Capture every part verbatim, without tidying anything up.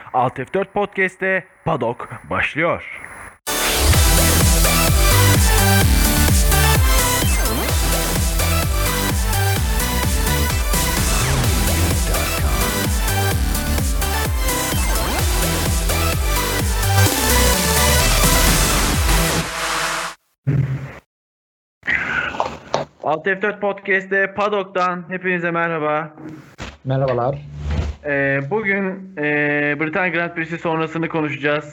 Alt F dört Podcast'te Paddock başlıyor. Alt F dört Podcast'te Paddock'tan hepinize merhaba. Merhabalar. Ee, bugün e, Britanya Grand Prix'si sonrasını konuşacağız.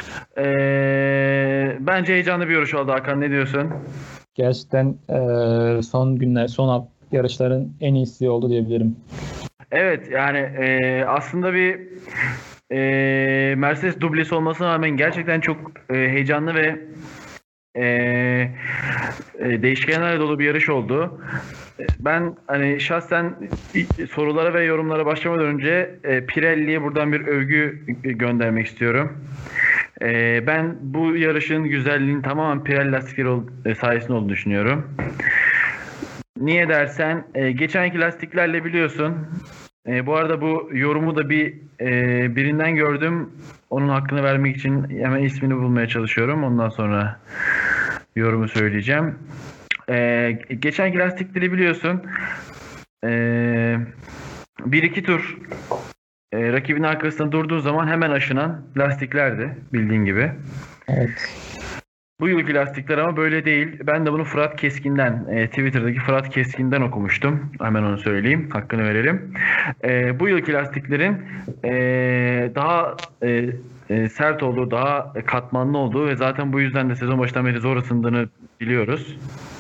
Ee, bence heyecanlı bir yarış oldu Hakan, ne diyorsun? Gerçekten e, son günler, son hafta yarışların en iyisi oldu diyebilirim. Evet, yani e, aslında bir e, Mercedes dublesi olmasına rağmen gerçekten çok e, heyecanlı ve e, e, değişkenlerle dolu bir yarış oldu. Ben hani şahsen sorulara ve yorumlara başlamadan önce e, Pirelli'ye buradan bir övgü göndermek istiyorum. E, ben bu yarışın güzelliğinin tamamen Pirelli lastikleri ol, e, sayesinde olduğunu düşünüyorum. Niye dersen, e, geçenki lastiklerle biliyorsun. E, bu arada bu yorumu da bir e, birinden gördüm. Onun hakkını vermek için hemen ismini bulmaya çalışıyorum. Ondan sonra yorumu söyleyeceğim. E, geçenki lastikleri biliyorsun. E, bir iki tur e, rakibin arkasında durduğu zaman hemen aşınan lastiklerdi bildiğin gibi. Evet. Bu yılki lastikler ama böyle değil. Ben de bunu Fırat Keskin'den, e, Twitter'daki Fırat Keskin'den okumuştum. Hemen onu söyleyeyim, hakkını verelim. E, bu yılki lastiklerin e, daha e, e, sert olduğu, daha katmanlı olduğu ve zaten bu yüzden de sezon başından beri zor ısındığını biliyoruz.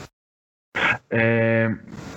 Eee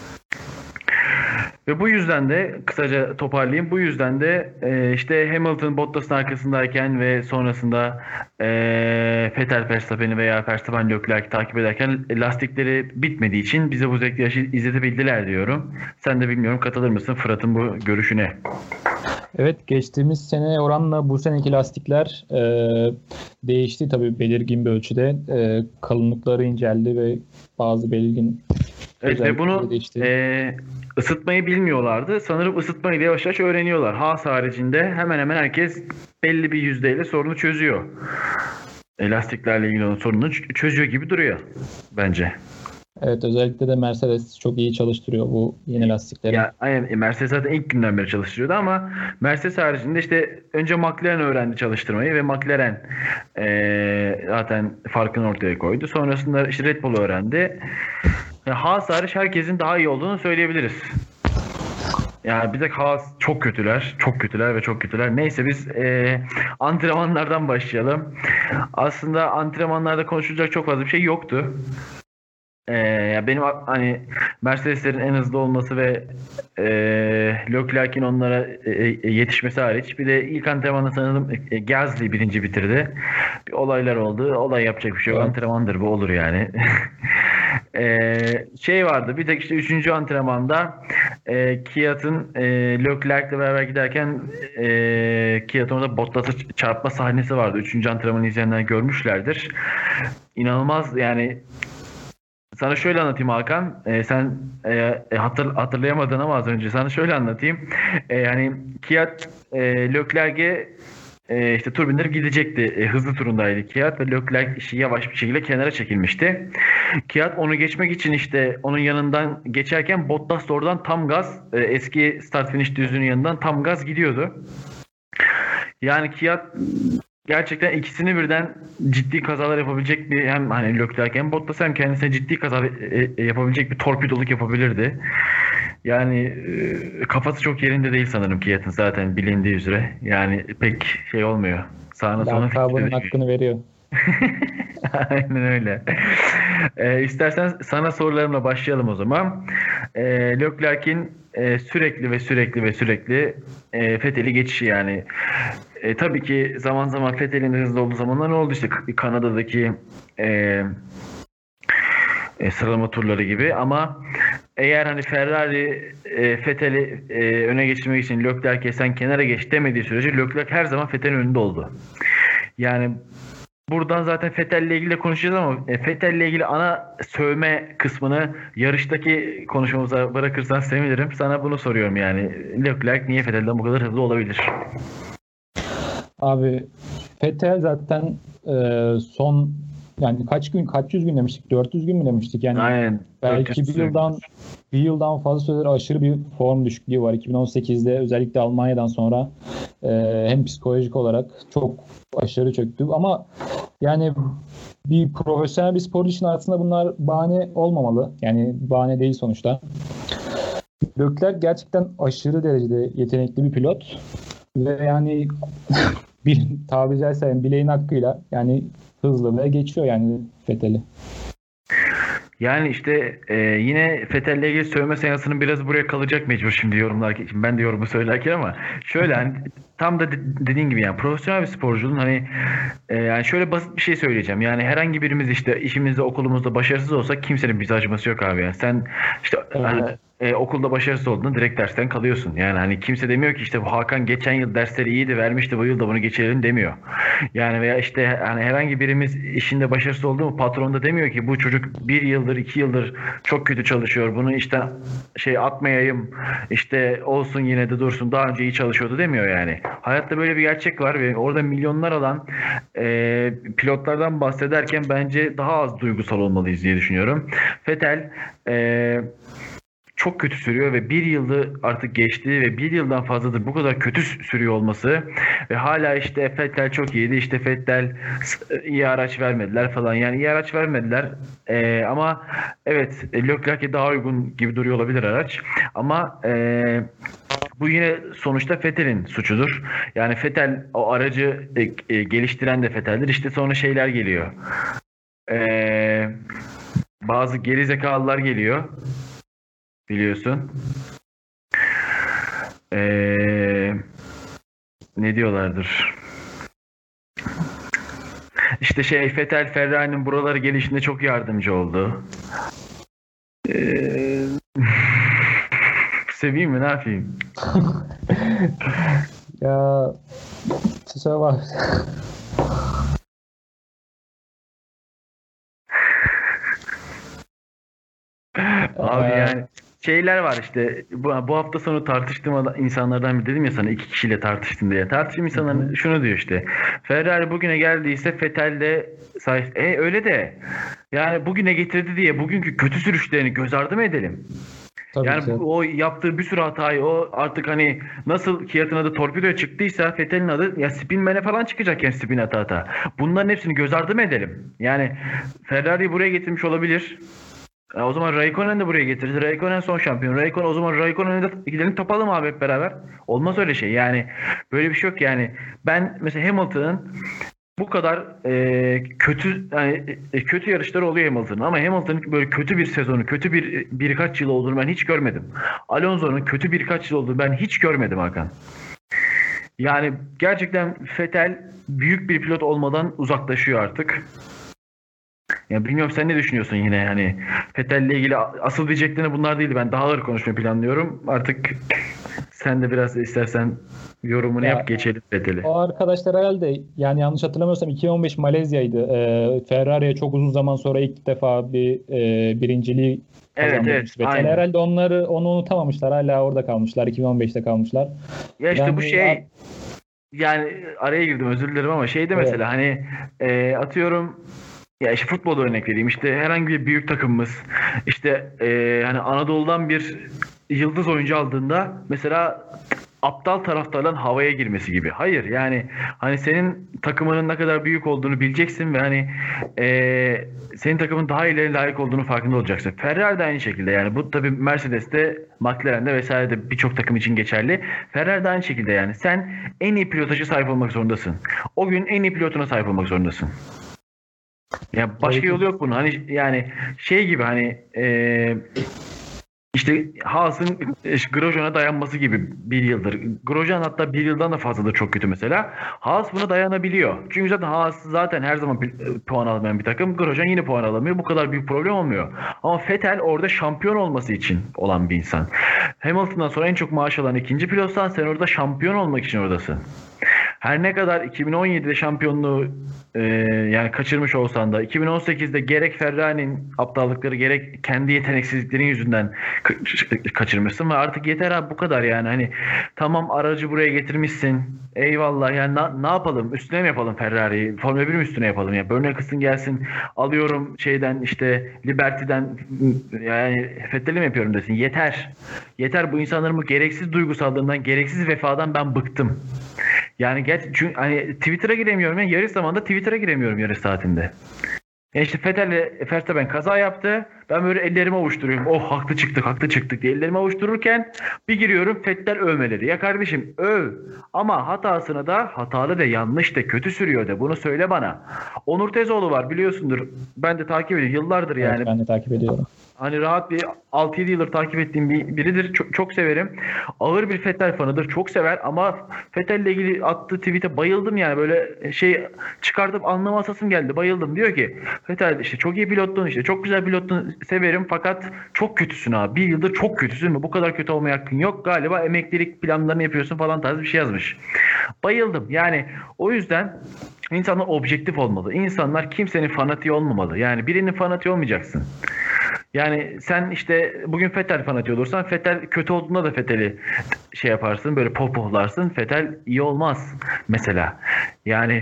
Ve bu yüzden de kısaca toparlayayım. Bu yüzden de e, işte Hamilton Bottas'ın arkasındayken ve sonrasında e, Vettel Verstappen'i veya Verstappen Leclerc'i takip ederken lastikleri bitmediği için bize bu zevkli yarışı izletebildiler diyorum. Sen de bilmiyorum, katılır mısın Fırat'ın bu görüşüne? Evet, geçtiğimiz sene oranla bu seneki lastikler e, değişti tabii belirgin bir ölçüde. E, kalınlıkları inceldi ve bazı belirgin Evet ve bunu e, ısıtmayı bilmiyorlardı. Sanırım ısıtmayı da yavaş yavaş öğreniyorlar. Haas haricinde hemen hemen herkes belli bir yüzdeyle sorunu çözüyor. E, lastiklerle ilgili olan sorunu çözüyor gibi duruyor bence. Evet, özellikle de Mercedes çok iyi çalıştırıyor bu yeni lastikleri. Ya, aynen, Mercedes zaten ilk günden beri çalıştırıyordu ama Mercedes haricinde işte önce McLaren öğrendi çalıştırmayı ve McLaren e, zaten farkını ortaya koydu. Sonrasında işte Red Bull öğrendi. Haas hariç herkesin daha iyi olduğunu söyleyebiliriz. Yani bir de Haas çok kötüler. Çok kötüler ve çok kötüler. Neyse biz e, antrenmanlardan başlayalım. Aslında antrenmanlarda konuşulacak çok fazla bir şey yoktu. E, benim hani Mercedes'lerin en hızlı olması ve e, Leclerc'in onlara e, yetişmesi hariç. Bir de ilk antrenmanda sanırım e, Gasly birinci bitirdi. Bir olaylar oldu. Olay yapacak bir şey yok. Evet. Antrenmandır bu, olur yani. Ee, şey vardı, bir tek işte üçüncü antrenmanda e, Kvyat'ın e, Leclerc'le beraber giderken e, Kvyat'ın orada Bottas'a çarpma sahnesi vardı. Üçüncü antrenmanı izleyenler görmüşlerdir. İnanılmaz yani. Sana şöyle anlatayım Hakan. E, sen e, hatır, hatırlayamadın ama az önce sana şöyle anlatayım. E, yani Kvyat e, Leclerc'e e, işte tur bindirip gidecekti. E, hızlı turundaydı Kvyat ve Leclerc işi yavaş bir şekilde kenara çekilmişti. Kvyat onu geçmek için işte onun yanından geçerken Bottas da oradan tam gaz, e, eski start finish düzlüğünün yanından tam gaz gidiyordu. Yani Kvyat gerçekten ikisini birden ciddi kazalar yapabilecek bir, hem hani Leclerc hem Bottas hem kendisine ciddi kaza e, yapabilecek bir torpidoluk yapabilirdi. Yani e, kafası çok yerinde değil sanırım Kvyat'ın, zaten bilindiği üzere. Yani pek şey olmuyor. Sağına soluna lakabının hakkını veriyor. Aynen öyle. E, istersen sana sorularımla başlayalım o zaman. E, Leclerc'in e, sürekli ve sürekli ve sürekli e, Vettel'i geçişi yani. E, tabii ki zaman zaman Vettel'in hızlı olduğu zamanlar ne oldu, işte Kanada'daki e, e, sıralama turları gibi, ama eğer hani Ferrari e, Vettel'i e, öne geçirmek için Leclerc'e sen kenara geç demediği sürece Leclerc her zaman Vettel'in önünde oldu. Yani buradan zaten Vettel'le ilgili de konuşacağız ama e, Vettel'le ilgili ana sövme kısmını yarıştaki konuşmamıza bırakırsan sevinirim. Sana bunu soruyorum yani. Leclerc niye Vettel'den bu kadar hızlı olabilir? Abi Vettel zaten e, son yani kaç gün kaç yüz gün demiştik? dört yüz gün mü demiştik? Yani Aynen. belki bir yıldan bir yıldan fazla süredir aşırı bir form düşüklüğü var. iki bin on sekizde özellikle Almanya'dan sonra e, hem psikolojik olarak çok aşırı çöktü. Ama yani bir profesyonel bir spor için aslında bunlar bahane olmamalı. Yani bahane değil sonuçta. Leclerc gerçekten aşırı derecede yetenekli bir pilot ve yani bir tabiri caizse yani bileğin hakkıyla yani hızlı ve geçiyor yani Vettel'i. Yani işte e, yine Vettel'le ilgili söyleme seansının biraz buraya kalacak mecbur şimdi yorumlarken. Şimdi ben de yorumu söylerken ama şöyle hani tam da de- dediğin gibi yani profesyonel bir sporcunun hani e, yani şöyle basit bir şey söyleyeceğim. Yani herhangi birimiz işte işimizde okulumuzda başarısız olsak kimsenin bize acıması yok abi. Yani sen işte hani, Evet. e, okulda başarısız olduğunda direkt dersten kalıyorsun. Yani hani kimse demiyor ki işte bu Hakan geçen yıl dersleri iyiydi vermişti bu yıl da bunu geçirelim demiyor. Yani veya işte hani herhangi birimiz işinde başarısız oldu mu patron da demiyor ki bu çocuk bir yıldır iki yıldır çok kötü çalışıyor. Bunu işten şey atmayayım işte olsun yine de dursun daha önce iyi çalışıyordu demiyor yani. Hayatta böyle bir gerçek var ve orada milyonlar alan e, pilotlardan bahsederken bence daha az duygusal olmalıyız diye düşünüyorum. Vettel e, çok kötü sürüyor ve bir yılı artık geçti ve bir yıldan fazladır bu kadar kötü sürüyor olması ve hala işte Vettel çok iyiydi işte Vettel iyi araç vermediler falan yani iyi araç vermediler ee, ama evet Leclerc'e daha uygun gibi duruyor olabilir araç ama ee, bu yine sonuçta Vettel'in suçudur. Yani Vettel o aracı e, e, geliştiren de Vettel'dir. İşte sonra şeyler geliyor. Ee, bazı gerizekalılar geliyor. Biliyorsun. Ee, ne diyorlardır? İşte şey Vettel Ferrari'nin buraları gelişinde çok yardımcı oldu. Ee, seveyim mi ne yapayım? Ya kusura bak. Abi Ee, yani şeyler var işte bu, bu hafta sonu tartıştığım adam- insanlardan bir dedim ya sana iki kişiyle tartıştım diye. Tartıştığım hı insanlar hı. şunu diyor işte. Ferrari bugüne geldiyse Vettel de say- e öyle de yani bugüne getirdi diye bugünkü kötü sürüşlerini göz ardı mı edelim? Tabii Yani ki. bu, o yaptığı bir sürü hatayı o artık hani nasıl Kiat'ın adı torpidoya çıktıysa Vettel'in adı ya spinmene falan çıkacak yani spin ata ata. Bunların hepsini göz ardı mı edelim? Yani Ferrari'yi buraya getirmiş olabilir. Ya o zaman Raikkonen de buraya getirdi. Raikkonen son şampiyon. Raikkonen o zaman Raikkonen'e de gidelim tapalım abi hep beraber. Olmaz öyle şey. Yani böyle bir şey yok yani. Ben mesela Hamilton'ın bu kadar e, kötü yani e, kötü yarışları oluyor Hamilton'ın ama Hamilton'ın böyle kötü bir sezonu, kötü bir birkaç yıl olduğunu ben hiç görmedim. Alonso'nun kötü birkaç yıl olduğunu ben hiç görmedim Hakan. Yani gerçekten Vettel büyük bir pilot olmadan uzaklaşıyor artık. Ya bilmiyorum sen ne düşünüyorsun yine yani Vettel'le ilgili asıl diyeceklerini bunlar değildi. Ben daha ağır konuşmayı planlıyorum. Artık sen de biraz istersen yorumunu yap Ya geçelim Vettel'i. o arkadaşlar herhalde yani yanlış hatırlamıyorsam iki bin on beş Malezya'ydı. Ee, Ferrari'ye çok uzun zaman sonra ilk defa bir e, birinciliği Evet evet kazandırmış Vettel. aynen. Herhalde onları onu unutamamışlar. Hala orada kalmışlar. iki bin on beşte kalmışlar. Ya işte bu Yani a- şey yani araya girdim özür dilerim ama şeyde evet. mesela hani e, atıyorum ya işte futbol örnek vereyim işte herhangi bir büyük takımımız işte e, hani Anadolu'dan bir yıldız oyuncu aldığında mesela aptal taraftarların havaya girmesi gibi. Hayır yani hani senin takımının ne kadar büyük olduğunu bileceksin ve hani e, senin takımın daha ileri layık olduğunu farkında olacaksın. Ferrari de aynı şekilde yani bu tabii Mercedes'te, McLaren'de vesairede birçok takım için geçerli. Ferrari de aynı şekilde yani sen en iyi pilotaja sahip olmak zorundasın. O gün en iyi pilotuna sahip olmak zorundasın. Ya Tabii başka ki. yolu yok bunun. Hani yani şey gibi hani e, işte Haas'ın Grosjean'a dayanması gibi bir yıldır. Grosjean hatta bir yıldan da fazladır çok kötü mesela. Haas buna dayanabiliyor. Çünkü zaten Haas zaten her zaman pi- puan almayan bir takım. Grosjean yine puan alamıyor. Bu kadar büyük problem olmuyor. Ama Vettel orada şampiyon olması için olan bir insan. Hamilton'dan sonra en çok maaş alan ikinci pilotsan sen orada şampiyon olmak için oradasın. her ne kadar iki bin on yedide şampiyonluğu e, yani kaçırmış olsan da iki bin on sekizde gerek Ferrari'nin aptallıkları gerek kendi yeteneksizliklerin yüzünden ka- kaçırmışsın ve artık yeter abi, bu kadar yani. Hani tamam, aracı buraya getirmişsin. Eyvallah yani, na- ne yapalım? Üstüne mi yapalım Ferrari'yi? Formula bir mi üstüne yapalım ya? Börne kısın gelsin, alıyorum şeyden işte Liberty'den, yani Fettel'i mi yapıyorum desin. Yeter. Yeter, bu insanların bu gereksiz duygusallığından, gereksiz vefadan ben bıktım. Yani geç, çünkü hani Twitter'a giremiyorum ya. Yarış zamanında Twitter'a giremiyorum yarış saatinde. Ya işte Vettel'le Verstappen kaza yaptı. Ben böyle ellerimi ovuşturuyorum. Oh, haklı çıktık, haklı çıktık diye ellerimi ovuştururken bir giriyorum, Vettel övmeleri. Ya kardeşim, öv. Ama hatasını da hatalı de, yanlış de, kötü sürüyor de. Bunu söyle bana. Onur Tezoğlu var, biliyorsundur. Ben de takip ediyorum. Yıllardır yani. Evet, ben de takip ediyorum. Hani rahat bir altı yedi yıldır takip ettiğim bir biridir. Çok, çok severim. Ağır bir Vettel fanıdır. Çok sever ama Vettel'le ilgili attığı tweet'e bayıldım yani. Böyle şey çıkartıp anlamasasım geldi. Bayıldım. Diyor ki Vettel işte çok iyi pilottun, işte çok güzel pilottun, severim fakat çok kötüsün abi. Bir yıldır çok kötüsün mü? Bu kadar kötü olmaya hakkın yok. Galiba emeklilik planlarını yapıyorsun falan tarzı bir şey yazmış. Bayıldım. Yani o yüzden insanlar objektif olmalı. İnsanlar kimsenin fanatiği olmamalı. Yani birinin fanatiği olmayacaksın. Yani sen işte bugün Vettel fanatiği olursan, Vettel kötü olduğunda da Vettel'i şey yaparsın, böyle pohpohlarsın. Vettel iyi olmaz mesela. Yani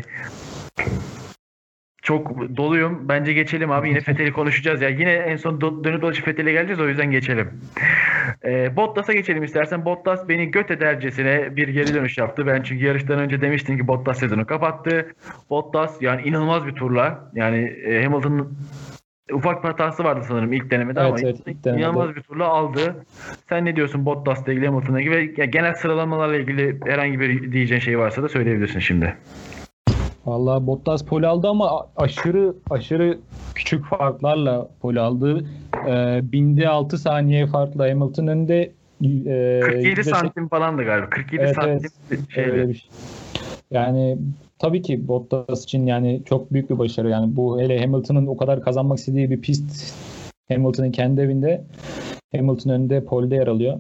çok doluyum. Bence geçelim abi. Yine Vettel'i konuşacağız ya. Yine en son do- dönüp dolaşıp Vettel'e geleceğiz. O yüzden geçelim. Ee, Bottas'a geçelim istersen. Bottas beni göt edercesine bir geri dönüş yaptı. Ben çünkü yarıştan önce demiştim ki Bottas sezonu kapattı. Bottas yani inanılmaz bir turla. Yani e, Hamilton'ın ufak bir hatası vardı sanırım ilk denemede, evet, ama evet, ilk denemede. inanılmaz bir turla aldı. Sen ne diyorsun Bottas'la ilgili, Hamilton'la ilgili ve ya genel sıralamalarla ilgili herhangi bir diyeceğin şey varsa da söyleyebilirsin şimdi. Vallahi Bottas pole aldı ama aşırı aşırı küçük farklarla pole aldı. Ee, binde altı saniye farkla Hamilton önünde. E, kırk yedi yüzde santim falandı galiba. kırk yedi evet, santim evet. şeyle. Öyle bir şey. Yani tabii ki Bottas için yani çok büyük bir başarı. Yani bu hele Hamilton'ın o kadar kazanmak istediği bir pist, Hamilton'ın kendi evinde, Hamilton önünde pole'de yer alıyor.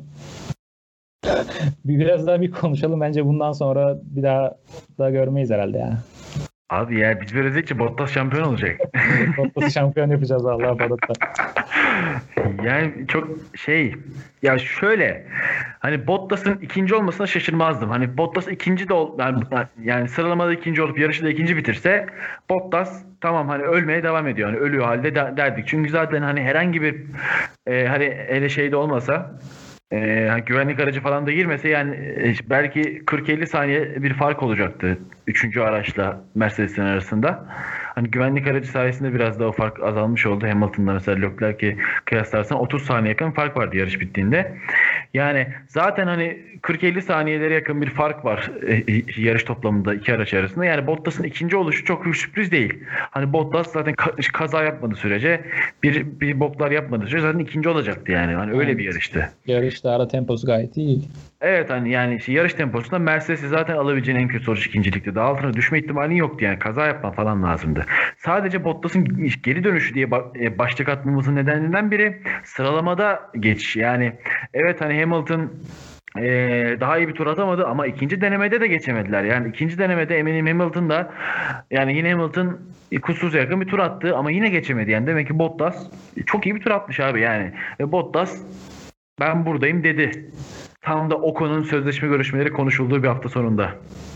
Biraz daha bir konuşalım. Bence bundan sonra bir daha daha görmeyiz herhalde ya. Abi ya biz böyle dedikçe Bottas şampiyon olacak. Bottas'ı şampiyon yapacağız Allah'a Barat'ta. Yani çok şey ya, şöyle hani Bottas'ın ikinci olmasına şaşırmazdım. Hani Bottas ikinci de ol, yani, yani sıralamada ikinci olup yarışı da ikinci bitirse Bottas tamam, hani ölmeye devam ediyor. Hani ölüyor halde de, derdik. Çünkü zaten hani herhangi bir e, hani ele şeyde olmasa, Ee, güvenlik aracı falan da girmese yani e, belki kırk elli saniye bir fark olacaktı üçüncü araçla Mercedes'in arasında. Hani güvenlik aracı sayesinde biraz daha o fark azalmış oldu. Hamilton'la mesela Leclerc'i kıyaslarsan otuz saniye yakın fark vardı yarış bittiğinde. Yani zaten hani kırk elli saniyelere yakın bir fark var e, yarış toplamında iki araç arasında. Yani Bottas'ın ikinci oluşu çok büyük sürpriz değil. Hani Bottas zaten ka- kaza yapmadığı sürece, bir bir boklar yapmadığı sürece zaten ikinci olacaktı yani. Hani öyle Evet. bir yarıştı. Yarışta ara temposu gayet iyi. Evet hani yani işte yarış temposunda Mercedes'i zaten alabileceğin en kötü sonuç ikincilikti. Daha altına düşme ihtimali yoktu yani. Kaza yapma falan lazımdı. Sadece Bottas'ın geri dönüşü diye başlık atmamızın nedeninden biri sıralamada geçiş. Yani evet hani Hamilton Ee, daha iyi bir tur atamadı ama ikinci denemede de geçemediler. Yani ikinci denemede eminim Hamilton da, yani yine Hamilton kusursuz yakın bir tur attı ama yine geçemedi. Yani demek ki Bottas çok iyi bir tur atmış abi yani. Ve Bottas ben buradayım dedi. Tam da Ocon'un sözleşme görüşmeleri konuşulduğu bir hafta sonunda.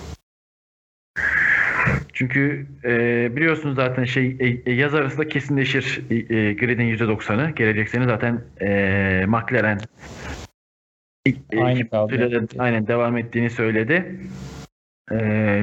Çünkü e, biliyorsunuz zaten şey e, yaz arasında kesinleşir e, gridin yüzde doksanı. Gelecek sene zaten e, McLaren Aynı kaldı. De, aynen devam ettiğini söyledi. Ee,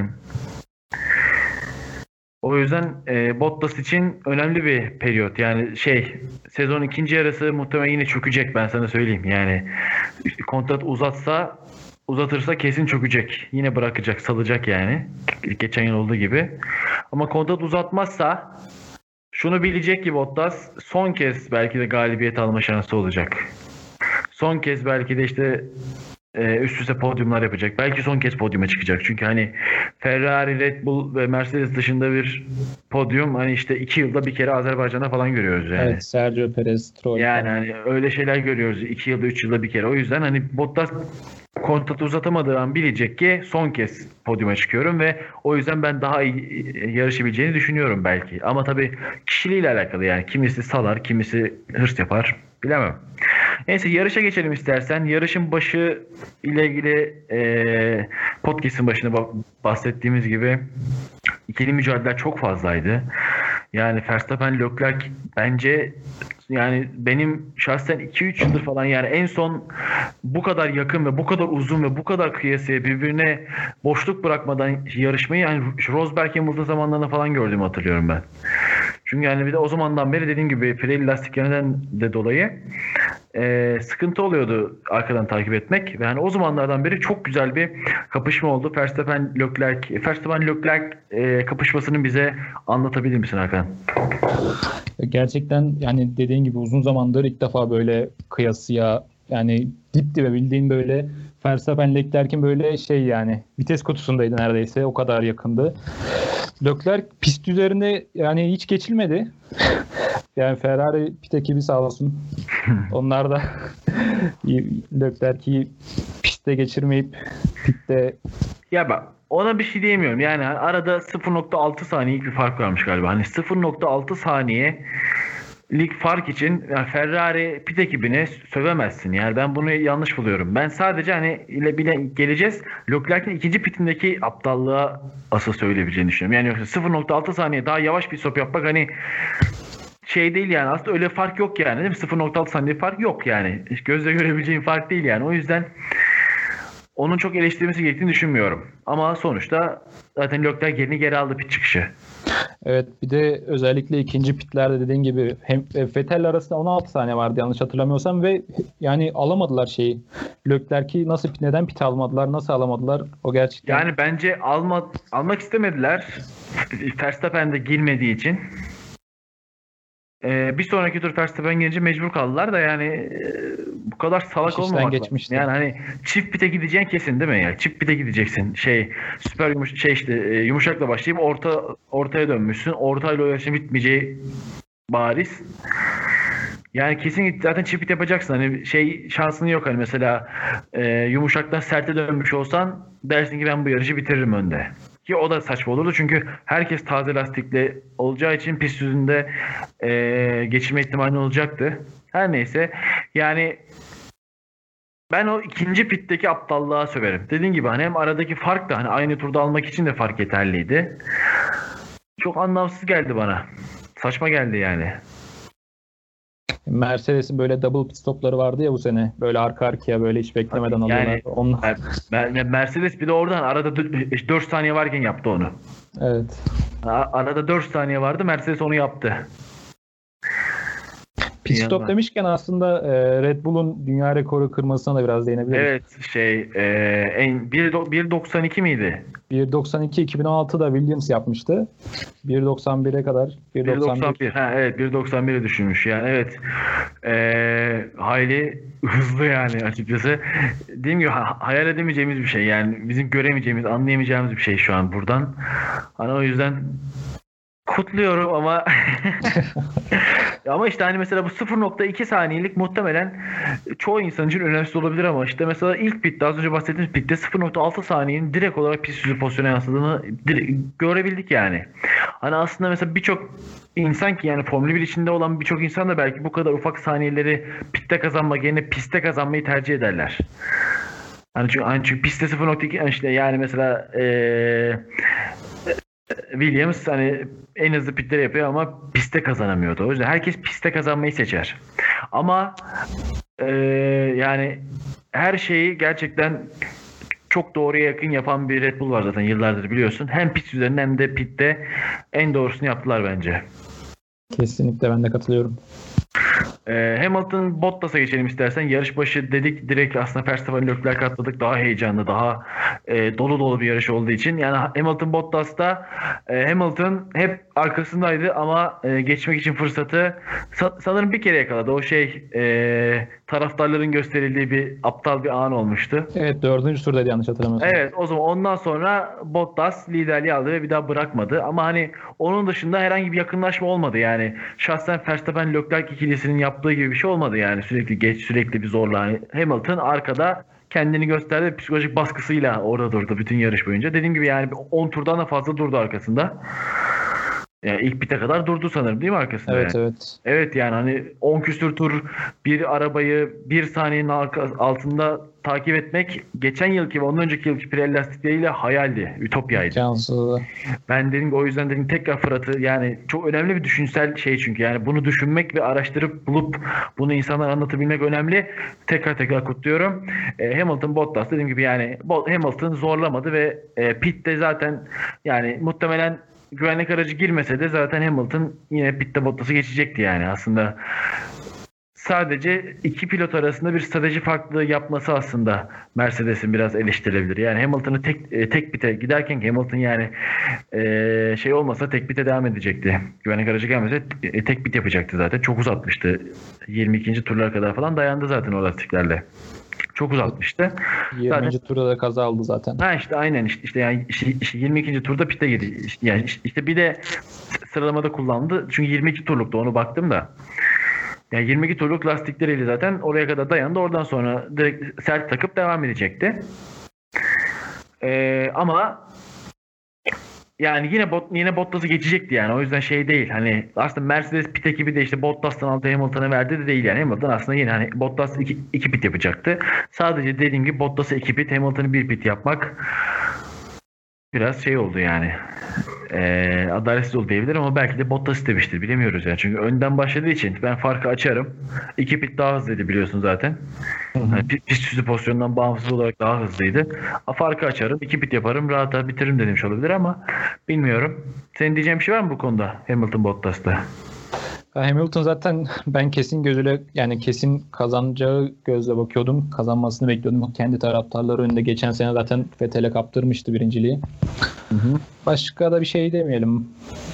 o yüzden e, Bottas için önemli bir periyot. Yani şey sezon ikinci yarısı muhtemelen yine çökecek, ben sana söyleyeyim. Yani kontrat uzatsa uzatırsa kesin çökecek. Yine bırakacak, salacak yani. Geçen yıl olduğu gibi. Ama kontrat uzatmazsa şunu bilecek ki Bottas son kez belki de galibiyet alma şansı olacak. Son kez belki de işte e, üst üste podyumlar yapacak. Belki son kez podyuma çıkacak. Çünkü hani Ferrari, Red Bull ve Mercedes dışında bir podyum hani işte iki yılda bir kere Azerbaycan'da falan görüyoruz yani. Evet, Sergio Perez, Stroll. Yani hani öyle şeyler görüyoruz. iki yılda üç yılda bir kere. O yüzden hani Bottas kontratı uzatamadığı an bilecek ki son kez podyuma çıkıyorum ve o yüzden ben daha iyi yarışabileceğini düşünüyorum belki. Ama tabii kişiliğiyle alakalı yani. Kimisi salar, kimisi hırs yapar. Bilemem. Neyse yarışa geçelim istersen. Yarışın başı ile ilgili e, podcast'ın başında bahsettiğimiz gibi ikili mücadeleler çok fazlaydı. Yani Verstappen, Leclerc bence yani benim şahsen iki üç yıldır falan yani en son bu kadar yakın ve bu kadar uzun ve bu kadar kıyasıya birbirine boşluk bırakmadan yarışmayı yani Rosberg Hamilton zamanlarında falan gördüğümü hatırlıyorum ben. Çünkü yani bir de o zamandan beri dediğim gibi Pirelli lastiklerinden de dolayı e, sıkıntı oluyordu arkadan takip etmek ve yani o zamanlardan beri çok güzel bir kapışma oldu. Verstappen Leclerc, Verstappen Leclerc e, kapışmasını bize anlatabilir misin Hakan? Gerçekten yani dediğin gibi uzun zamandır ilk defa böyle kıyasıya yani dip dibe bildiğin böyle Verstappen Leclerc'in böyle şey yani vites kutusundaydı neredeyse o kadar yakındı. Leclerc pist üzerinde yani hiç geçilmedi. Yani Ferrari pit ekibi sağ olsun. Onlar da Leclerc'i pistte geçirmeyip pitte ya bak ona bir şey diyemiyorum. Yani arada sıfır nokta altı saniyelik bir fark varmış galiba. Hani sıfır nokta altı saniye lig fark için yani Ferrari pit ekibine sövemezsin. Yani ben bunu yanlış buluyorum. Ben sadece hani ile bile geleceğiz. Leclerc'in ikinci pitindeki aptallığa asıl söyleyebileceğini düşünüyorum. Yani yoksa sıfır nokta altı saniye daha yavaş bir stop yapmak hani şey değil yani. Aslında öyle fark yok yani. Değil mi? sıfır nokta altı saniye fark yok yani. Hiç gözle görebileceğin fark değil yani. O yüzden onun çok eleştirilmesi gerektiğini düşünmüyorum. Ama sonuçta zaten Leclerc yerini geri aldı pit çıkışı. Evet bir de özellikle ikinci pitlerde dediğin gibi hem Vettel arasında on altı saniye vardı yanlış hatırlamıyorsam ve yani alamadılar şeyi. Leclerc'i nasıl neden pit almadılar, nasıl alamadılar o gerçekten. Yani bence alma, almak istemediler. Verstappen de girmediği için. Ee, bir sonraki tur Verstappen gelince mecbur kaldılar da yani e, bu kadar salak olmamak lazım. Yani hani çift pite gideceğin kesin değil mi ya? Çift pite gideceksin. Şey süper yumuş şey işte e, yumuşakla başlayıp orta ortaya dönmüşsün. Ortayla o yarışın bitmeyeceği bariz. Yani kesin zaten çift pit yapacaksın. Hani şey şansın yok hani mesela e, yumuşaktan serte dönmüş olsan dersin ki ben bu yarışı bitiririm önde. Ki o da saçma olurdu çünkü herkes taze lastikle olacağı için pist yüzünde e, geçirme ihtimali olacaktı. Her neyse yani ben o ikinci pitteki aptallığa söverim. Dediğim gibi hani hem aradaki fark da hani aynı turda almak için de fark yeterliydi. Çok anlamsız geldi bana. Saçma geldi yani. Mercedes'in böyle double pit stopları vardı ya bu sene. Böyle arka arkaya böyle hiç beklemeden yani, alıyorlar. Onlar... Mercedes bir de oradan arada dört saniye varken yaptı onu. Evet. Arada dört saniye vardı. Mercedes onu yaptı. Pit stop demişken aslında e, Red Bull'un dünya rekoru kırmasına da biraz değinebiliriz. Evet şey e, en bir doksan iki miydi? bir doksan iki iki bin on altıda Williams yapmıştı. bir doksan bire kadar. bir doksan bir Ha evet bir doksan bire düşürmüş yani evet. E, hayli hızlı yani açıkçası. Dediğim gibi hayal edemeyeceğimiz bir şey yani bizim göremeyeceğimiz, anlayamayacağımız bir şey şu an buradan. Hani o yüzden kutluyorum ama ama işte hani mesela bu sıfır nokta iki saniyelik muhtemelen çoğu insan için önemsiz olabilir ama işte mesela ilk pitte az önce bahsettiğimiz pitte sıfır nokta altı saniyenin direkt olarak pist yüzü pozisyona yansıdığını direkt görebildik yani. Hani aslında mesela birçok insan ki yani Formula bir içinde olan birçok insan da belki bu kadar ufak saniyeleri pitte kazanmak yerine pistte kazanmayı tercih ederler. Hani çünkü, hani çünkü pistte sıfır nokta iki işte yani mesela ee, Williams hani en hızlı pitleri yapıyor ama pistte kazanamıyordu. O yüzden herkes pistte kazanmayı seçer. Ama e, yani her şeyi gerçekten çok doğruya yakın yapan bir Red Bull var zaten yıllardır biliyorsun. Hem pist üzerinde hem de pitte en doğrusunu yaptılar bence. Kesinlikle ben de katılıyorum. Ee, Hamilton Bottas'a geçelim istersen. Yarış başı dedik direkt aslında Verstappen Leclerc atladık. Daha heyecanlı, daha e, dolu dolu bir yarış olduğu için. Yani Hamilton Bottas'ta e, Hamilton hep arkasındaydı ama e, geçmek için fırsatı sa- sanırım bir kere yakaladı. O şey e, taraftarların gösterildiği bir aptal bir an olmuştu. Evet dördüncü turdaydı yanlış hatırlamıyorsam. Evet o zaman ondan sonra Bottas liderliği aldı ve bir daha bırakmadı. Ama hani onun dışında herhangi bir yakınlaşma olmadı yani. Şahsen Verstappen Leclerc ikilisinin yaptığı gibi bir şey olmadı yani. Sürekli geç, sürekli bir zorla. Yani Hamilton arkada kendini gösterdi. Psikolojik baskısıyla orada durdu bütün yarış boyunca. Dediğim gibi yani on turdan da fazla durdu arkasında. Yani ilk pite kadar durdu sanırım değil mi arkasında? Evet yani? evet. Evet yani hani on küsür tur bir arabayı bir saniyenin altında takip etmek geçen yılki ve ondan önceki yılki Pirelli lastikleriyle hayaldi. Ütopyaydı. Cansızdı. Ben dedim ki o yüzden dedim tekrar Fırat'ı yani çok önemli bir düşünsel şey çünkü yani bunu düşünmek ve araştırıp bulup bunu insanlara anlatabilmek önemli. Tekrar tekrar kutluyorum. E, Hamilton Bottas dediğim gibi yani Hamilton zorlamadı ve e, pitte zaten yani muhtemelen güvenlik aracı girmese de zaten Hamilton yine pitte Bottas'ı geçecekti yani aslında. Sadece iki pilot arasında bir strateji farklılığı yapması aslında Mercedes'in biraz eleştirilebilir. Yani Hamilton'ı tek tek pite giderken Hamilton yani e, şey olmasa tek pite devam edecekti. Güvenlik aracı gelmese e, tek pit yapacaktı zaten. Çok uzatmıştı. yirmi ikinci turlara kadar falan dayandı zaten o lastiklerle. Çok uzatmıştı. yirminci Zaten, turda da kaza aldı zaten. Ha işte aynen işte, işte yani işte, işte yirmi ikinci turda pite girdi. İşte, yani işte, işte bir de sıralamada kullandı. Çünkü yirmi iki turluktu onu baktım da. Yani yirmi iki turluk lastikleriyle zaten oraya kadar dayandı. Oradan sonra direkt sert takıp devam edecekti. Ee, ama yani yine bot, yine Bottas'ı geçecekti yani. O yüzden şey değil. Hani aslında Mercedes pit ekibi de işte Bottas'tan aldı Hamilton'a verdi de değil yani. Hamilton aslında yine hani Bottas iki, iki pit yapacaktı. Sadece dediğim gibi Bottas'ı iki pit, Hamilton'ı bir pit yapmak biraz şey oldu yani. Ee, adaletsiz oldu diyebilirim ama belki de Bottas istemiştir. Bilemiyoruz yani. Çünkü önden başladığı için ben farkı açarım. İki pit daha hızlıydı biliyorsun zaten. Yani pist üstü pozisyondan bağımsız olarak daha hızlıydı. A, farkı açarım. İki pit yaparım. Rahata bitiririm demiş olabilir ama bilmiyorum. Senin diyeceğin bir şey var mı bu konuda Hamilton Bottas'ta? Hamilton zaten ben kesin gözüyle yani kesin kazanacağı gözle bakıyordum. Kazanmasını bekliyordum. Kendi taraftarları önünde geçen sene zaten Vettel'e kaptırmıştı birinciliği. Hı hı. Başka da bir şey demeyelim.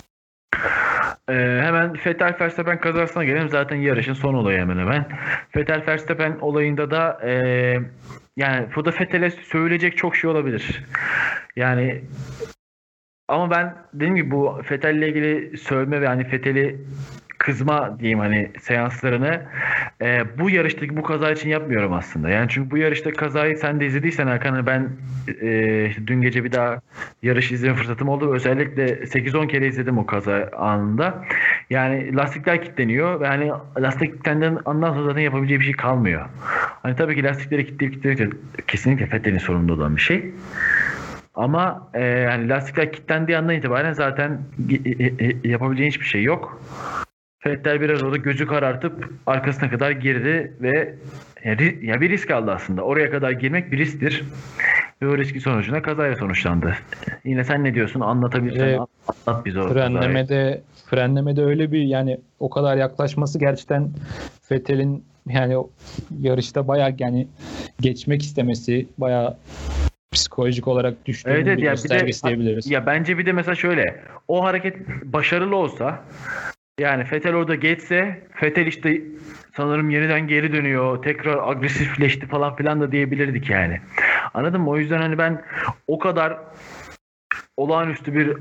Ee, hemen Vettel Verstappen kazasına gelelim. Zaten yarışın son olayı hemen hemen. Vettel Verstappen olayında da e, yani bu da Vettel'e söyleyecek çok şey olabilir. Yani ama ben dediğim gibi bu Vettel'le ilgili sövme ve hani Vettel'i kızma diyeyim hani seanslarını e, bu yarıştaki bu kaza için yapmıyorum aslında. Yani çünkü bu yarışta kazayı sen de izlediysen Hakan hani ben e, işte dün gece bir daha yarış izleme fırsatım oldu. Özellikle sekiz on kere izledim o kaza anında. Yani lastikler kilitleniyor ve hani lastik kilitlenden andan sonra zaten yapabileceği bir şey kalmıyor. Hani tabii ki lastikleri kilitleyip kilitleyince kesinlikle Vettel'in sorumlu olan bir şey. Ama e, yani lastikler kilitlendiği andan itibaren zaten e, e, yapabileceğin hiçbir şey yok. Vettel biraz orada gözü karartıp arkasına kadar girdi ve yani, ya bir risk aldı aslında. Oraya kadar girmek bir risktir. Ve o riski sonucunda kazayla sonuçlandı. Yine sen ne diyorsun? Anlatabilirsen ee, anlat bize o frenlemede, frenlemede öyle bir yani o kadar yaklaşması gerçekten Vettel'in yani yarışta bayağı yani geçmek istemesi bayağı psikolojik olarak düştüğünün evet, evet, bir göstergesi diyebiliriz. Ya bence bir de mesela şöyle o hareket başarılı olsa yani Vettel orada geçse Vettel işte sanırım yeniden geri dönüyor. Tekrar agresifleşti falan filan da diyebilirdik yani. Anladın mı? O yüzden hani ben o kadar olağanüstü bir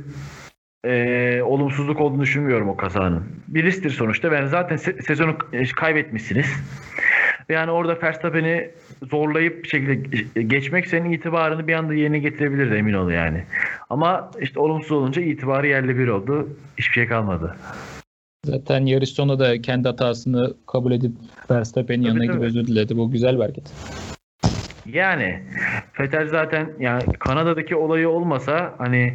e, olumsuzluk olduğunu düşünmüyorum o kazanın. Bir risktir sonuçta. Yani zaten se- sezonu kaybetmişsiniz. Ve yani orada Verstappen'i zorlayıp bir şekilde geçmek senin itibarını bir anda yerine getirebilir de emin ol yani. Ama işte olumsuz olunca itibarı yerle bir oldu. Hiçbir şey kalmadı. Zaten yarış sonunda da kendi hatasını kabul edip Verstappen'in yanına gidip özür diledi. Bu güzel bir hareket. Yani Vettel zaten yani Kanada'daki olayı olmasa hani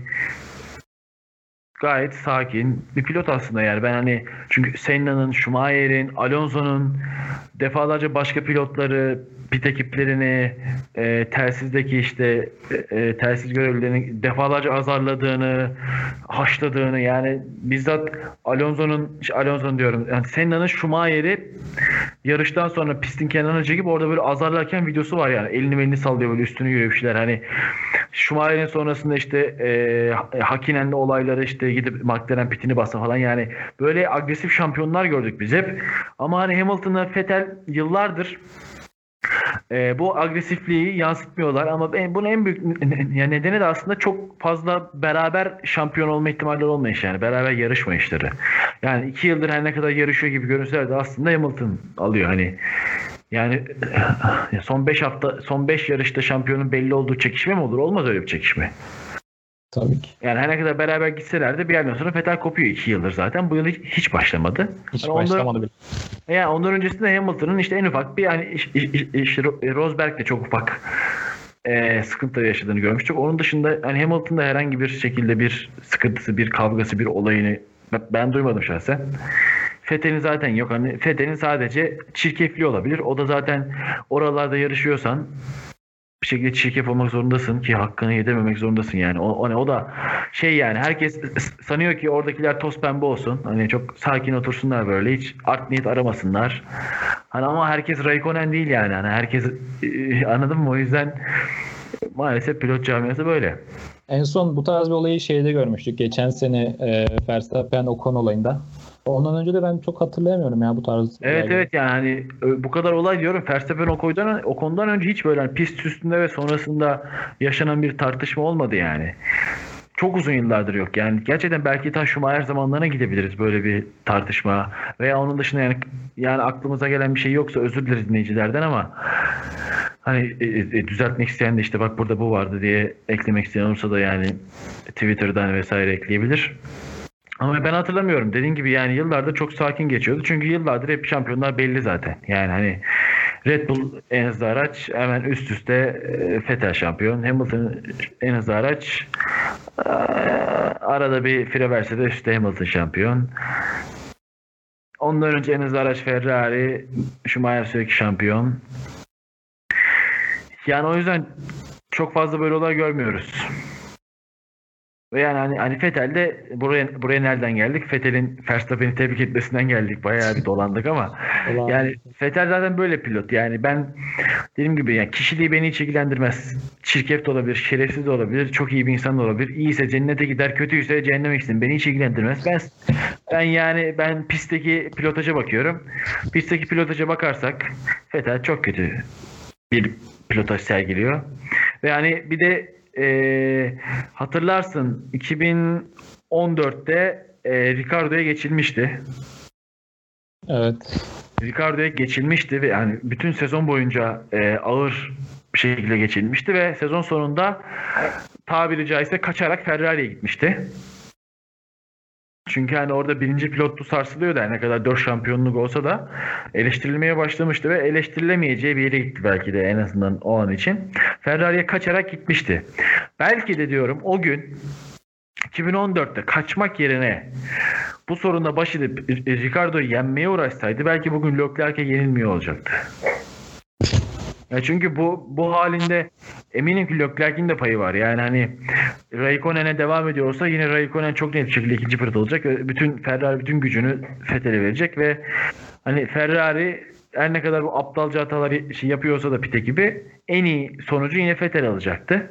gayet sakin bir pilot aslında yani ben hani çünkü Senna'nın, Schumacher'in, Alonso'nun defalarca başka pilotları pit ekiplerini e, telsizdeki işte e, telsiz görevlilerini defalarca azarladığını, haşladığını yani bizzat Alonso'nun Alonso'nun diyorum yani Senna'nın Schumacher'i yarıştan sonra pistin kenarına çekip orada böyle azarlarken videosu var yani elini elini sallıyor böyle üstünü yürüyor bir şeyler hani Schumacher'in sonrasında işte e, Hakinen'le olayları işte gidip McLaren pitini bassa falan yani böyle agresif şampiyonlar gördük biz hep ama hani Hamilton'la Vettel yıllardır E, bu agresifliği yansıtmıyorlar ama ben, bunun en büyük yani nedeni de aslında çok fazla beraber şampiyon olma ihtimalleri olmayış yani beraber yarışma işleri. Yani iki yıldır her ne kadar yarışıyor gibi görünseler de aslında Hamilton alıyor hani Yani son beş hafta, son beş yarışta şampiyonun belli olduğu çekişme mi olur? Olmaz öyle bir çekişme. Tabii ki. Yani her ne kadar beraber gitseler de bir yerden sonra Vettel kopuyor iki yıldır zaten. Bu yıl hiç, hiç başlamadı. Hiç yani başlamadı ondan, bile. Yani ondan öncesinde Hamilton'ın işte en ufak bir yani işte Rosberg'le çok ufak e, sıkıntı yaşadığını görmüştük. Onun dışında hani Hamilton'da herhangi bir şekilde bir sıkıntısı, bir kavgası, bir olayını ben duymadım şahsen. Vettel'in zaten yok. Hani Vettel'in sadece çirkefliği olabilir. O da zaten oralarda yarışıyorsan bir şekilde çirkef olmak zorundasın ki hakkını yedirmemek zorundasın yani. O, o ne o da şey yani herkes sanıyor ki oradakiler toz pembe olsun. Hani çok sakin otursunlar böyle. Hiç art niyet aramasınlar. Hani ama herkes Raikkonen değil yani. Hani herkes anladın mı? O yüzden maalesef pilot camiası böyle. En son bu tarz bir olayı şeyde görmüştük. Geçen sene e, Verstappen Ocon olayında. Ondan önce de ben çok hatırlayamıyorum ya bu tarz Evet olayları. evet yani hani bu kadar olay diyorum. Verstappen Ocon'dan Ocon'dan önce hiç böyle hani pist üstünde ve sonrasında yaşanan bir tartışma olmadı yani. Çok uzun yıllardır yok. Yani gerçekten belki ta Schumacher zamanlarına gidebiliriz böyle bir tartışma veya onun dışında yani yani aklımıza gelen bir şey yoksa özür dileriz dinleyicilerden ama hani e, e, düzeltmek isteyen de işte bak burada bu vardı diye eklemek isteyen olursa da yani Twitter'dan vesaire ekleyebilir. Ama ben hatırlamıyorum. Dediğim gibi yani yıllardır çok sakin geçiyordu. Çünkü yıllardır hep şampiyonlar belli zaten. Yani hani Red Bull en hızlı araç hemen üst üste e, Vettel şampiyon. Hamilton en hızlı araç e, arada bir fire verse de üstte Hamilton şampiyon. Ondan önce en hızlı araç Ferrari, Schumacher sürekli şampiyon. Yani o yüzden çok fazla böyle olay görmüyoruz. Ve yani hani, hani Vettel'de buraya buraya nereden geldik? Vettel'in Verstappen'i tebrik etmesinden geldik. Bayağı bir dolandık ama Olan... yani Vettel zaten böyle pilot. Yani ben dediğim gibi yani kişiliği beni hiç ilgilendirmez. Çirkef de olabilir, şerefsiz de olabilir, çok iyi bir insan da olabilir. İyiyse cennete gider, kötüyse cehenneme gitsin. Beni hiç ilgilendirmez. Ben ben yani ben pistteki pilotaja bakıyorum. Pistteki pilotaja bakarsak Vettel çok kötü bir pilotaj sergiliyor. Ve hani bir de E, hatırlarsın iki bin on dörtte e, Ricardo'ya geçilmişti. Evet. Ricardo'ya geçilmişti ve yani bütün sezon boyunca e, ağır bir şekilde geçilmişti ve sezon sonunda tabiri caizse kaçarak Ferrari'ye gitmişti. Çünkü hani orada birinci pilotlu sarsılıyordu. Yani ne kadar dört şampiyonluk olsa da eleştirilmeye başlamıştı ve eleştirilemeyeceği bir yere gitti belki de en azından o an için. Ferrari'ye kaçarak gitmişti. Belki de diyorum o gün iki bin on dörtte kaçmak yerine bu sorunla baş edip Ricardo'yu yenmeye uğraşsaydı belki bugün Leclerc'e yenilmiyor olacaktı. Ya çünkü bu bu halinde eminim ki Leclerc'in de payı var. Yani hani Raikkonen'e devam ediyorsa yine Raikkonen çok net bir şekilde ikinci pilot olacak ve bütün Ferrari bütün gücünü Vettel'e verecek ve hani Ferrari her ne kadar bu aptalca hataları şey yapıyorsa da pit ekibi en iyi sonucu yine Vettel alacaktı.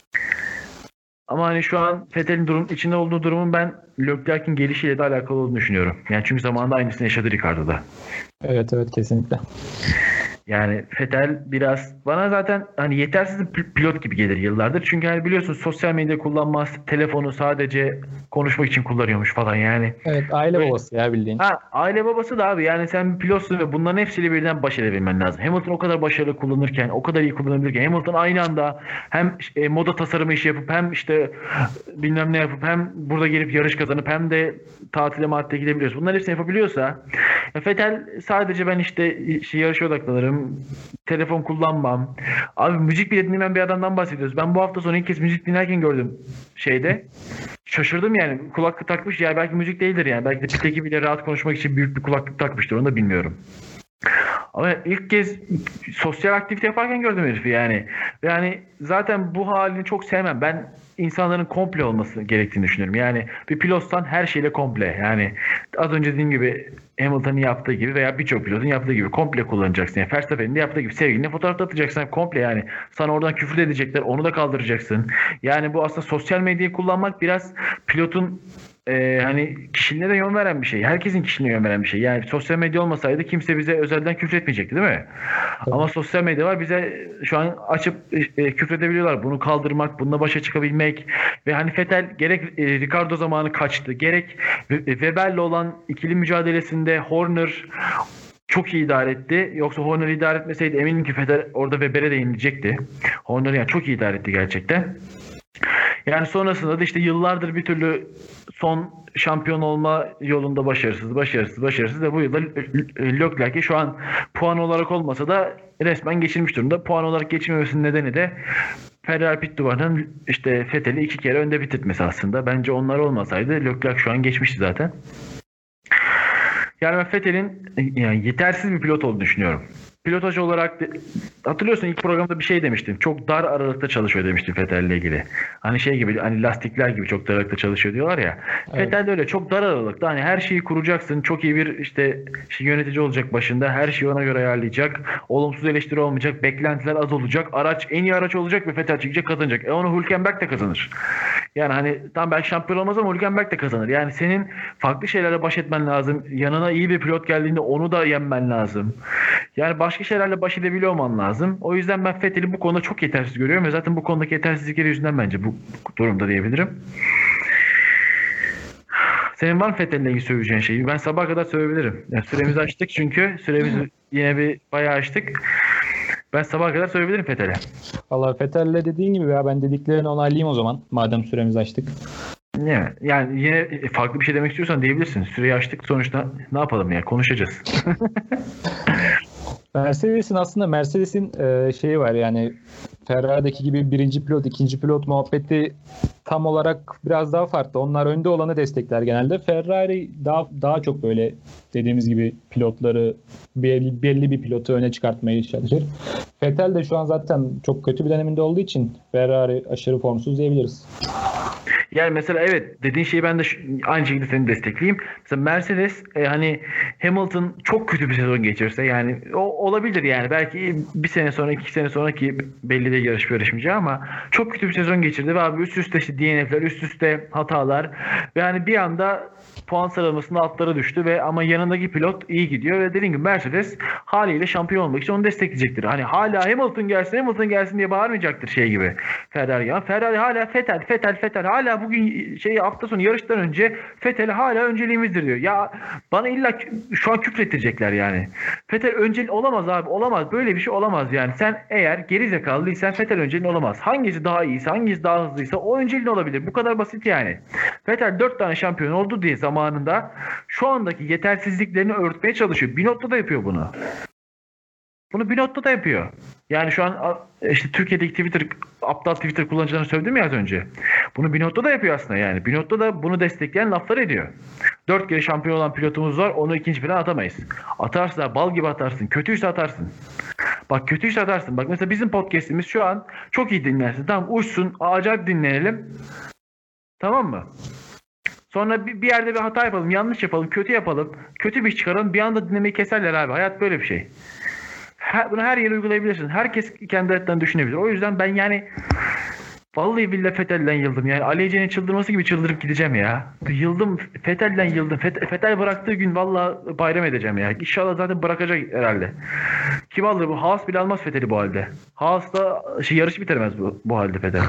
Ama hani şu an Vettel'in durum içinde olduğu durumun ben Leclerc'in gelişiyle de alakalı olduğunu düşünüyorum. Yani çünkü zamanında aynısını yaşadı Ricardo'da. Evet evet kesinlikle. Yani Vettel biraz bana zaten hani yetersiz bir pilot gibi gelir yıllardır. Çünkü hani biliyorsun sosyal medya kullanmaz, telefonu sadece konuşmak için kullanıyormuş falan yani. Evet aile Böyle, babası ya bildiğin. Ha aile babası da abi yani sen bir pilotsun ve bunların hepsiyle birden baş edebilmen lazım. Hamilton o kadar başarılı kullanırken, o kadar iyi kullanabilirken Hamilton aynı anda hem e, moda tasarımı işi yapıp hem işte bilmem ne yapıp hem burada gelip yarış kazanıp hem de tatile matile gidebiliyorsun. Bunların hepsini yapabiliyorsa Vettel sadece ben işte şey, yarışa odaklanırım. Telefon kullanmam. Abi müzik bile dinlemeyen bir adamdan bahsediyoruz. Ben bu hafta sonu ilk kez müzik dinlerken gördüm şeyde. Şaşırdım yani. Kulaklık takmış. Ya belki müzik değildir yani. Belki de pit ekibiyle rahat konuşmak için büyük bir kulaklık takmıştır. Onu da bilmiyorum. Ama ilk kez sosyal aktivite yaparken gördüm herifi yani. Yani zaten bu halini çok sevmem. Ben insanların komple olması gerektiğini düşünüyorum. Yani bir pilotsan her şeyle komple. Yani az önce dediğim gibi Hamilton'ın yaptığı gibi veya birçok pilotun yaptığı gibi komple kullanacaksın. Yani Verstappen'in de yaptığı gibi sevgiline fotoğraf atacaksın. Komple yani. Sana oradan küfür edecekler. Onu da kaldıracaksın. Yani bu aslında sosyal medyayı kullanmak biraz pilotun Ee, hani kişiliğine de yön veren bir şey. Herkesin kişiliğine yön veren bir şey. Yani sosyal medya olmasaydı kimse bize özelden küfür etmeyecekti değil mi? Tabii. Ama sosyal medya var. Bize şu an açıp e, küfür edebiliyorlar. Bunu kaldırmak, bununla başa çıkabilmek ve hani Vettel gerek e, Ricardo zamanı kaçtı. Gerek Weber'le olan ikili mücadelesinde Horner çok iyi idare etti. Yoksa Horner idare etmeseydi eminim ki Vettel orada Weber'e de yenilecekti. Horner yani çok iyi idare etti gerçekten. Yani sonrasında da işte yıllardır bir türlü son şampiyon olma yolunda başarısız, başarısız, başarısız ve bu yılda Leclerc'i şu an puan olarak olmasa da resmen geçirmiş durumda. Puan olarak geçirmemesinin nedeni de Ferrari pit duvarının işte Vettel'i iki kere önde bitirtmesi aslında. Bence onlar olmasaydı Leclerc şu an geçmişti zaten. Yani ben Vettel'in yani yetersiz bir pilot olduğunu düşünüyorum. Pilotaj olarak de, hatırlıyorsun ilk programda bir şey demiştim. Çok dar aralıkta çalışıyor demiştim Vettel'le ilgili. Hani şey gibi hani lastikler gibi çok dar aralıkta çalışıyor diyorlar ya. Evet. Vettel de öyle çok dar aralıkta hani her şeyi kuracaksın. Çok iyi bir işte şey, yönetici olacak başında. Her şeyi ona göre ayarlayacak. Olumsuz eleştiri olmayacak. Beklentiler az olacak. Araç en iyi araç olacak ve Vettel çıkacak kazanacak. E onu Hülkenberg de kazanır. Yani hani tam belki şampiyon olmaz ama Hülkenberg de kazanır. Yani senin farklı şeylerle baş etmen lazım. Yanına iyi bir pilot geldiğinde onu da yenmen lazım. Yani başka şeylerle baş edebiliyor olman lazım. O yüzden ben Vettel'i bu konuda çok yetersiz görüyorum ve zaten bu konudaki yetersizlikleri yüzünden bence bu durumda diyebilirim. Senin var mı Vettel'le ilgili söyleyeceğin şeyi? Ben sabaha kadar söyleyebilirim. Yani süremizi açtık çünkü süremizi yine bir bayağı açtık. Ben sabaha kadar söyleyebilirim Vettel'e. Valla Vettel'le dediğin gibi ya ben dediklerini onaylayayım o zaman. Madem süremizi açtık. Yani, yani yine farklı bir şey demek istiyorsan diyebilirsin. Süreyi açtık sonuçta ne yapalım ya konuşacağız. Mercedes'in aslında Mercedes'in e, şeyi var yani Ferrari'deki gibi birinci pilot, ikinci pilot muhabbeti tam olarak biraz daha farklı. Onlar önde olanı destekler genelde. Ferrari daha daha çok böyle dediğimiz gibi pilotları belli, belli bir pilotu öne çıkartmaya çalışır. Vettel de şu an zaten çok kötü bir döneminde olduğu için Ferrari aşırı formsuz diyebiliriz. Yani mesela evet dediğin şeyi ben de şu, aynı şekilde seni destekleyeyim. Mesela Mercedes e, hani Hamilton çok kötü bir sezon geçirirse yani o olabilir yani belki bir sene sonra iki sene sonraki belli de yarış yarışmayacağı ama çok kötü bir sezon geçirdi ve abi üst üste işte D N F'ler üst üste hatalar ve hani bir anda puan sıralamasında altlara düştü ve ama yanındaki pilot iyi gidiyor ve dediğim gibi Mercedes haliyle şampiyon olmak için onu destekleyecektir. Hani hala Hamilton gelsin Hamilton gelsin diye bağırmayacaktır şey gibi Ferrari gibi. Ferrari hala Vettel Vettel Vettel hala bugün şeyi hafta sonu yarıştan önce Vettel hala önceliğimizdir diyor. Ya bana illa şu an küfrettirecekler yani. Vettel önceliğin olamaz abi olamaz. Böyle bir şey olamaz yani. Sen eğer geri zekalıysan Vettel önceliğin olamaz. Hangisi daha iyiyse hangisi daha hızlıysa o önceliğin olabilir. Bu kadar basit yani. Vettel dört tane şampiyon oldu diye zamanında şu andaki yetersizliklerini örtmeye çalışıyor. Binotto da yapıyor bunu. Bunu Binotto da yapıyor. Yani şu an işte Türkiye'deki Twitter aptal Twitter kullanıcılarını sövdüm ya az önce. Bunu Binotto da yapıyor aslında yani. Binotto da bunu destekleyen laflar ediyor. Dört kere şampiyon olan pilotumuz var. Onu ikinci falan atamayız. Atarsın bal gibi atarsın. Kötüyse atarsın. Bak kötüyse atarsın. Bak mesela bizim podcast'imiz şu an çok iyi dinlensin. Tamam uçsun. Acayip dinlenelim. Tamam mı? Sonra bir yerde bir hata yapalım. Yanlış yapalım. Kötü yapalım. Kötü bir iş çıkaralım. Bir anda dinlemeyi keserler abi. Hayat böyle bir şey. Her, bunu her yere uygulayabilirsin. Herkes kendi hayatlarını düşünebilir. O yüzden ben yani vallahi billahi Vettel'den yıldım. Yani Ali Ece'nin çıldırması gibi çıldırıp gideceğim ya. Yıldım. Vettel'den yıldım. Vettel bıraktığı gün vallahi bayram edeceğim ya. İnşallah zaten bırakacak herhalde. Kim alır bu? Haas bile almaz Vettel'i bu halde. Haas da şey, yarış bitirmez bu, bu halde Vettel.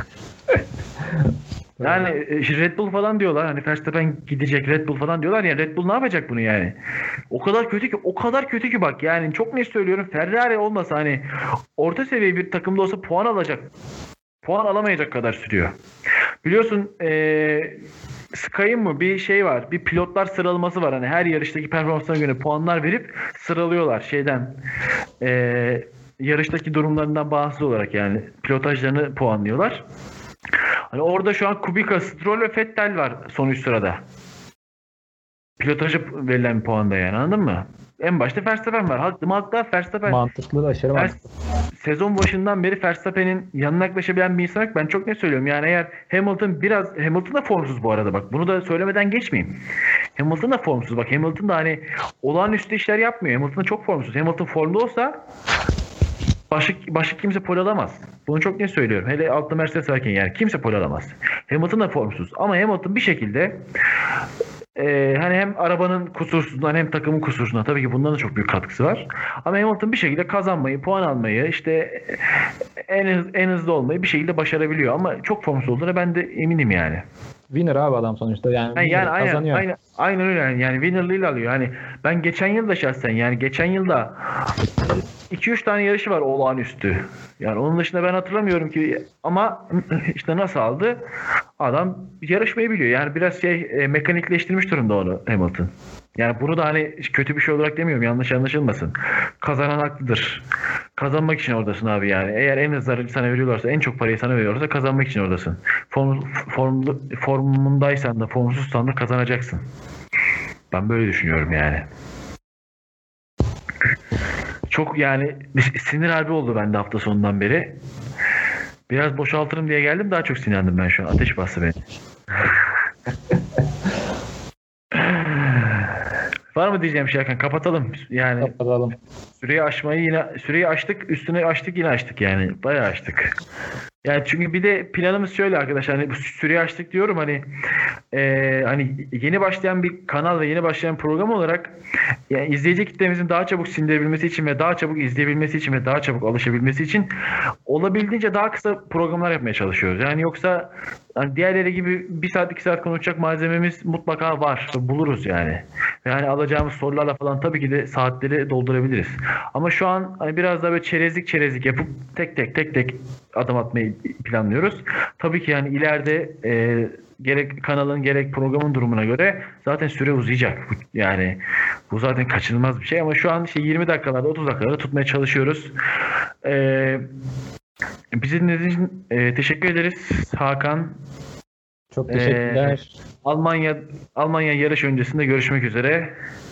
Yani Red Bull falan diyorlar. Hani Verstappen gidecek Red Bull falan diyorlar ya. Red Bull ne yapacak bunu yani? O kadar kötü ki o kadar kötü ki bak yani çok net söylüyorum. Ferrari olmasa hani orta seviye bir takımda olsa puan alacak. Puan alamayacak kadar sürüyor. Biliyorsun ee, Sky'ın mı bir şey var. Bir pilotlar sıralaması var. Hani her yarıştaki performansına göre puanlar verip sıralıyorlar şeyden. Eee yarıştaki durumlarından bağımsız olarak yani pilotajlarını puanlıyorlar. Hani orada şu an Kubica, Stroll ve Vettel var son üç sırada. Pilotajı verilen bir puanda yani anladın mı? En başta Verstappen var. Haklı mı haklı? Verstappen. Mantıklı da aşırı mantıklı. Sezon başından beri Verstappen'in yanına yaklaşabilen bir insan ben çok ne söylüyorum. Yani eğer Hamilton biraz Hamilton da formsuz bu arada bak. Bunu da söylemeden geçmeyeyim. Hamilton da formsuz. Bak Hamilton da hani olağanüstü işler yapmıyor. Hamilton da çok formsuz. Hamilton formda olsa Başka, başka kimse pol alamaz. Bunu çok net söylüyorum. Hele altta Mercedes varken yani kimse pol alamaz. Hamilton da formsuz. Ama Hamilton bir şekilde e, hani hem arabanın kusursuzluğundan hem takımın kusursundan tabii ki bundan da çok büyük katkısı var. Ama Hamilton bir şekilde kazanmayı, puan almayı, işte en hız, en hızlı olmayı bir şekilde başarabiliyor. Ama çok formsuz olduğuna ben de eminim yani. winner abi adam sonuçta. Yani, Yani, yani aynen, kazanıyor. aynen, aynen öyle yani. Yani winner'lığıyla alıyor. Yani ben geçen yıl da şahsen yani geçen yılda iki üç tane yarışı var olağanüstü. Yani onun dışında ben hatırlamıyorum ki ama işte nasıl aldı? Adam yarışmayı biliyor. Yani biraz şey e, mekanikleştirmiş durumda onu Hamilton. Yani bunu da hani kötü bir şey olarak demiyorum. Yanlış anlaşılmasın. Kazanan haklıdır. Kazanmak için oradasın abi yani. Eğer en hızlı aracı sana veriyorlarsa, en çok parayı sana veriyorlarsa kazanmak için oradasın. Form, formlu, formundaysan da formsuzsan da kazanacaksın. Ben böyle düşünüyorum yani. Çok yani sinir harbi oldu bende hafta sonundan beri. Biraz boşaltırım diye geldim. Daha çok sinirlendim ben şu an. Ateş bastı beni. Var mı diyeceğim şey Hakan? Kapatalım. Yani Kapatalım. Süreyi aşmayı yine süreyi aştık, üstüne açtık yine açtık yani. Bayağı açtık. Yani çünkü bir de planımız şöyle arkadaşlar, hani bu süreyi açtık diyorum hani e, hani yeni başlayan bir kanal ve yeni başlayan program olarak yani izleyici kitlemizin daha çabuk sindirebilmesi için ve daha çabuk izleyebilmesi için ve daha çabuk alışabilmesi için olabildiğince daha kısa programlar yapmaya çalışıyoruz. Yani yoksa hani diğerleri gibi bir saat iki saat konuşacak malzememiz mutlaka var. Buluruz yani. Ve hani alacağımız sorularla falan tabii ki de saatleri doldurabiliriz. Ama şu an hani biraz daha böyle çerezlik çerezlik yapıp tek tek tek tek adım atmayı planlıyoruz. Tabii ki yani ileride e, gerek kanalın gerek programın durumuna göre zaten süre uzayacak. Yani bu zaten kaçınılmaz bir şey ama şu an işte yirmi dakikalarda otuz dakikalarda tutmaya çalışıyoruz. Ee, bizi dinlediğiniz için e, teşekkür ederiz Hakan. Çok teşekkürler. Ee, Almanya Almanya yarış öncesinde görüşmek üzere.